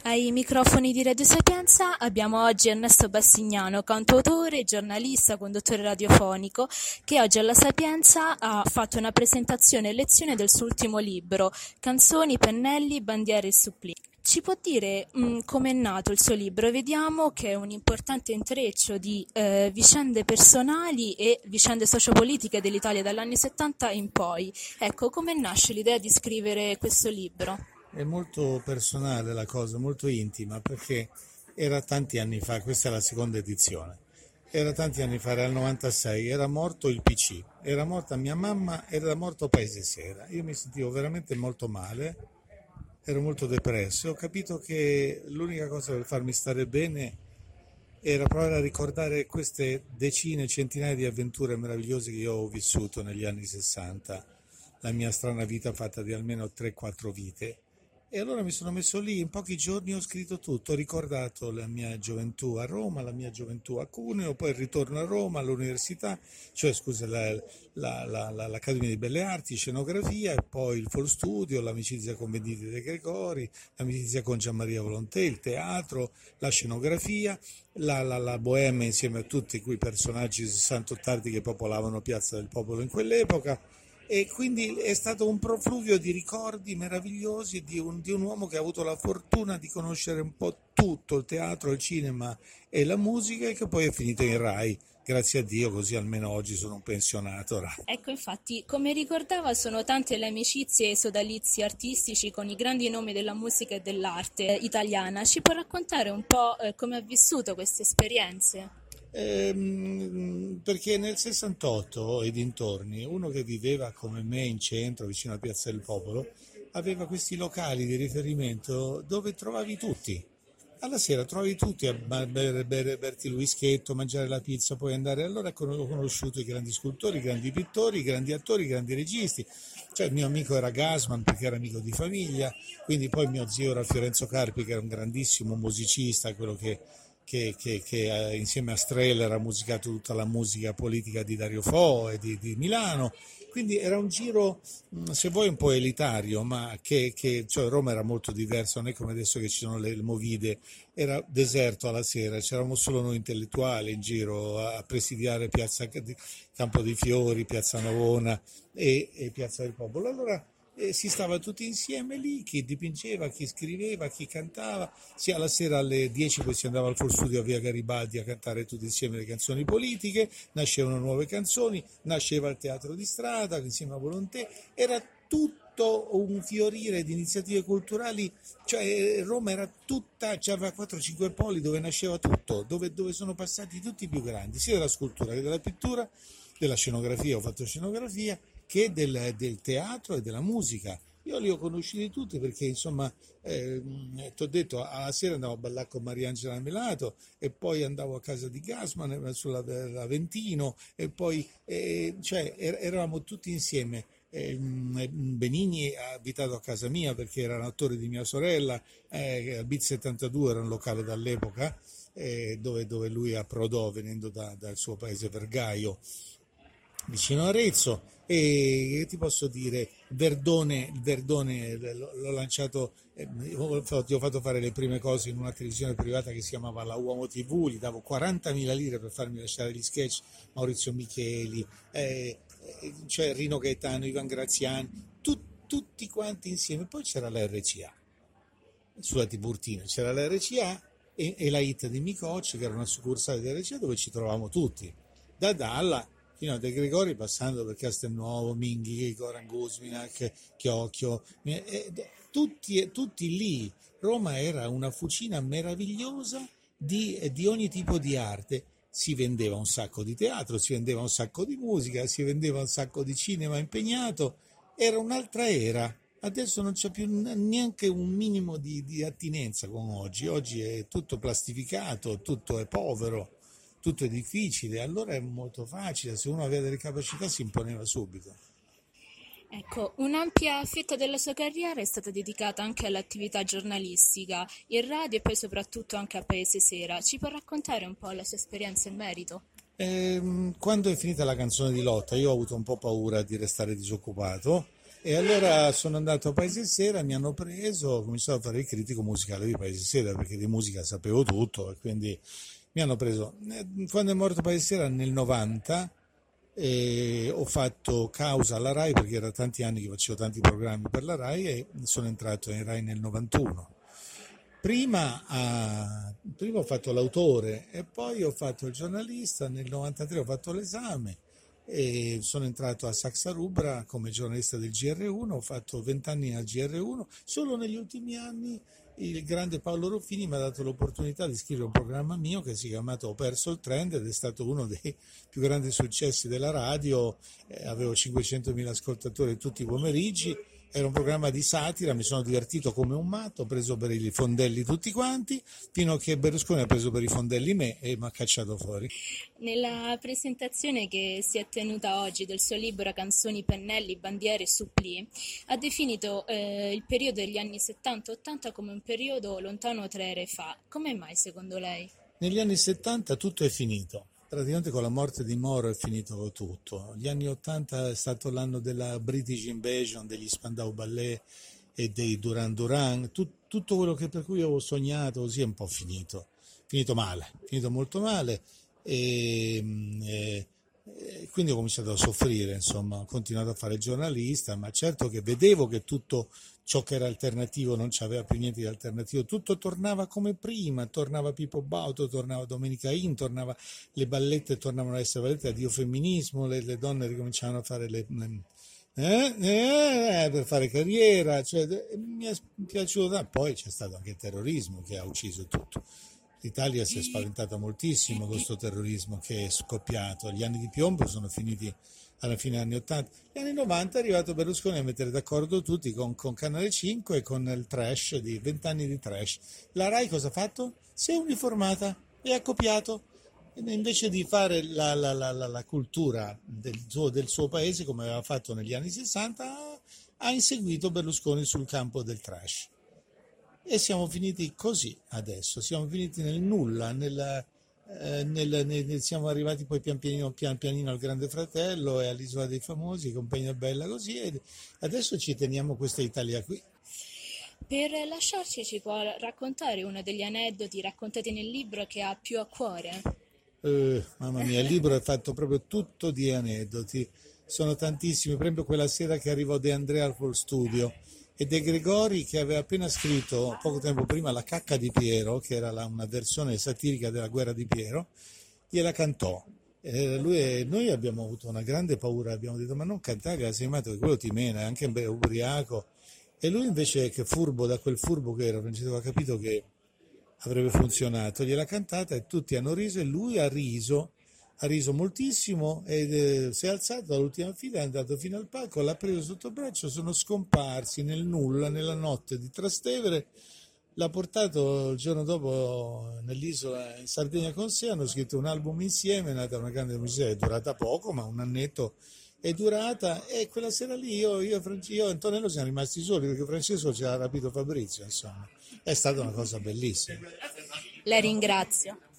Ai microfoni di Radio Sapienza abbiamo oggi Ernesto Bassignano, cantautore, giornalista, conduttore radiofonico, che oggi alla Sapienza ha fatto una presentazione e lezione del suo ultimo libro, Canzoni, pennelli, bandiere e supplì. Ci può dire come è nato il suo libro? Vediamo che è un importante intreccio di vicende personali e vicende sociopolitiche dell'Italia dagli anni 70 in poi. Ecco, come nasce l'idea di scrivere questo libro? È molto personale la cosa, molto intima, perché era tanti anni fa, questa è la seconda edizione, era tanti anni fa, era il 96, era morto il PC, era morta mia mamma, era morto Paese Sera. Io mi sentivo veramente molto male, ero molto depresso e ho capito che l'unica cosa per farmi stare bene era provare a ricordare queste decine, centinaia di avventure meravigliose che io ho vissuto negli anni 60, la mia strana vita fatta di almeno 3-4 vite. E allora mi sono messo lì, in pochi giorni ho scritto tutto, ho ricordato la mia gioventù a Roma, la mia gioventù a Cuneo, poi il ritorno a Roma, all'università, cioè scusa, l'Accademia di Belle Arti, scenografia, e poi il Fall Studio, l'amicizia con Venditti De Gregori, l'amicizia con Gianmaria Volontè, il teatro, la scenografia, la bohème insieme a tutti quei personaggi sessantottardi che popolavano Piazza del Popolo in quell'epoca. E quindi è stato un profluvio di ricordi meravigliosi di un uomo che ha avuto la fortuna di conoscere un po' tutto, il teatro, il cinema e la musica, e che poi è finito in Rai. Grazie a Dio, così almeno oggi sono un pensionato Rai. Ecco, infatti, come ricordava, sono tante le amicizie e i sodalizi artistici con i grandi nomi della musica e dell'arte italiana. Ci può raccontare un po' come ha vissuto queste esperienze? Perché nel 68 e dintorni uno che viveva come me in centro, vicino a Piazza del Popolo, aveva questi locali di riferimento dove trovavi tutti. Alla sera trovavi tutti a berti il whiskyetto, mangiare la pizza, poi andare. Allora ho conosciuto i grandi scultori, i grandi pittori, i grandi attori, i grandi registi. Cioè il mio amico era Gassman perché era amico di famiglia, quindi poi mio zio era Fiorenzo Carpi, che era un grandissimo musicista, quello che insieme a Streller ha musicato tutta la musica politica di Dario Fo e di Milano. Quindi era un giro, se vuoi, un po' elitario, ma cioè Roma era molto diversa, non è come adesso che ci sono le movide, era deserto alla sera, c'eravamo solo noi intellettuali in giro a presidiare Piazza Campo dei Fiori, Piazza Navona e Piazza del Popolo. Allora si stava tutti insieme lì, chi dipingeva, chi scriveva, chi cantava, sia la sera alle 10 poi si andava al Full Studio a Via Garibaldi a cantare tutti insieme le canzoni politiche, nascevano nuove canzoni, nasceva il teatro di strada insieme a Volontè, era tutto un fiorire di iniziative culturali, cioè Roma era tutta, c'aveva 4-5 poli dove nasceva tutto, dove sono passati tutti i più grandi, sia della scultura che della pittura, della scenografia, ho fatto scenografia, che del teatro e della musica. Io li ho conosciuti tutti perché, insomma, ti ho detto, alla sera andavo a ballare con Mariangela Melato e poi andavo a casa di Gassman sull'Aventino e poi, cioè, eravamo tutti insieme. Benigni ha abitato a casa mia perché era un attore di mia sorella, al Beat 72 era un locale dall'epoca dove lui approdò venendo dal suo paese Vergaio vicino a Arezzo. E ti posso dire, Verdone l'ho lanciato, ti ho fatto fare le prime cose in una televisione privata che si chiamava La Uomo TV, gli davo 40.000 lire per farmi lasciare gli sketch, Maurizio Micheli, cioè Rino Gaetano, Ivan Graziani, tutti quanti insieme. Poi c'era la RCA, sulla Tiburtina c'era la RCA e la hit di Micocci, che era una succursale di RCA dove ci trovavamo tutti, da Dalla fino a De Gregori, passando per Castelnuovo, Minghi, Goran Guzminac, Chiocchio, tutti lì. Roma era una fucina meravigliosa di ogni tipo di arte. Si vendeva un sacco di teatro, si vendeva un sacco di musica, si vendeva un sacco di cinema impegnato. Era un'altra era. Adesso non c'è più neanche un minimo di attinenza con oggi. Oggi è tutto plastificato, tutto è povero, tutto è difficile, allora è molto facile, se uno aveva delle capacità si imponeva subito. Ecco, un'ampia fetta della sua carriera è stata dedicata anche all'attività giornalistica, in radio e poi soprattutto anche a Paese Sera. Ci può raccontare un po' la sua esperienza in merito? Quando è finita la canzone di Lotta io ho avuto un po' paura di restare disoccupato E allora sono andato a Paese Sera, mi hanno preso, ho cominciato a fare il critico musicale di Paese Sera perché di musica sapevo tutto e quindi mi hanno preso. Quando è morto Paese Sera nel 90 ho fatto causa alla RAI perché era tanti anni che facevo tanti programmi per la RAI e sono entrato in RAI nel 91. Prima ho fatto l'autore e poi ho fatto il giornalista, nel 93 ho fatto l'esame e sono entrato a Saxa Rubra come giornalista del GR1, ho fatto 20 anni al GR1, solo negli ultimi anni il grande Paolo Ruffini mi ha dato l'opportunità di scrivere un programma mio che si è chiamato Ho perso il trend ed è stato uno dei più grandi successi della radio, avevo 500.000 ascoltatori tutti i pomeriggi. Era un programma di satira, mi sono divertito come un matto, ho preso per i fondelli tutti quanti, fino a che Berlusconi ha preso per i fondelli me e mi ha cacciato fuori. Nella presentazione che si è tenuta oggi del suo libro Canzoni, pennelli, bandiere e supplì, ha definito il periodo degli anni 70-80 come un periodo lontano 3 ere fa. Come mai secondo lei? Negli anni 70 tutto è finito. Praticamente con la morte di Moro è finito tutto. Gli anni 80 è stato l'anno della British Invasion, degli Spandau Ballet e dei Duran Duran. Tutto quello che per cui avevo sognato così è un po' finito. Finito male, finito molto male. E quindi ho cominciato a soffrire, insomma, ho continuato a fare il giornalista, ma certo che vedevo che tutto ciò che era alternativo non c'aveva più niente di alternativo, tutto tornava come prima, tornava Pippo Baudo, tornava Domenica In, tornava le ballette, tornavano a essere ballette, addio femminismo, le donne ricominciavano a fare per fare carriera, cioè, mi è piaciuto, poi c'è stato anche il terrorismo che ha ucciso tutto. L'Italia si è spaventata moltissimo con questo terrorismo che è scoppiato. Gli anni di piombo sono finiti alla fine degli anni 80. Negli anni 90 è arrivato Berlusconi a mettere d'accordo tutti con Canale 5 e con il trash di 20 anni di trash. La RAI cosa ha fatto? Si è uniformata e ha copiato. Invece di fare la cultura del suo paese come aveva fatto negli anni 60, ha inseguito Berlusconi sul campo del trash. E siamo finiti così adesso, siamo finiti nel nulla, siamo arrivati poi pian pianino al Grande Fratello e all'Isola dei Famosi, compagnia bella così, e adesso ci teniamo questa Italia qui. Per lasciarci ci può raccontare uno degli aneddoti raccontati nel libro che ha più a cuore? Mamma mia, il libro è fatto proprio tutto di aneddoti, sono tantissimi, per esempio quella sera che arrivò De Andrea al studio e De Gregori che aveva appena scritto poco tempo prima La cacca di Piero, che era una versione satirica della guerra di Piero, gliela cantò. Noi abbiamo avuto una grande paura, abbiamo detto ma non cantare, sei matto che quello ti mena, è anche ubriaco. E lui invece che furbo, da quel furbo che era, Francesco ha capito che avrebbe funzionato, gliela cantata e tutti hanno riso e lui ha riso moltissimo ed si è alzato dall'ultima fila, è andato fino al palco, l'ha preso sotto il braccio, sono scomparsi nel nulla, nella notte di Trastevere, l'ha portato il giorno dopo nell'isola in Sardegna con sé, hanno scritto un album insieme, è nata una grande musicale, è durata poco, ma un annetto è durata e quella sera lì io e Antonello siamo rimasti soli perché Francesco ci ha rapito Fabrizio, insomma, è stata una cosa bellissima. La ringrazio.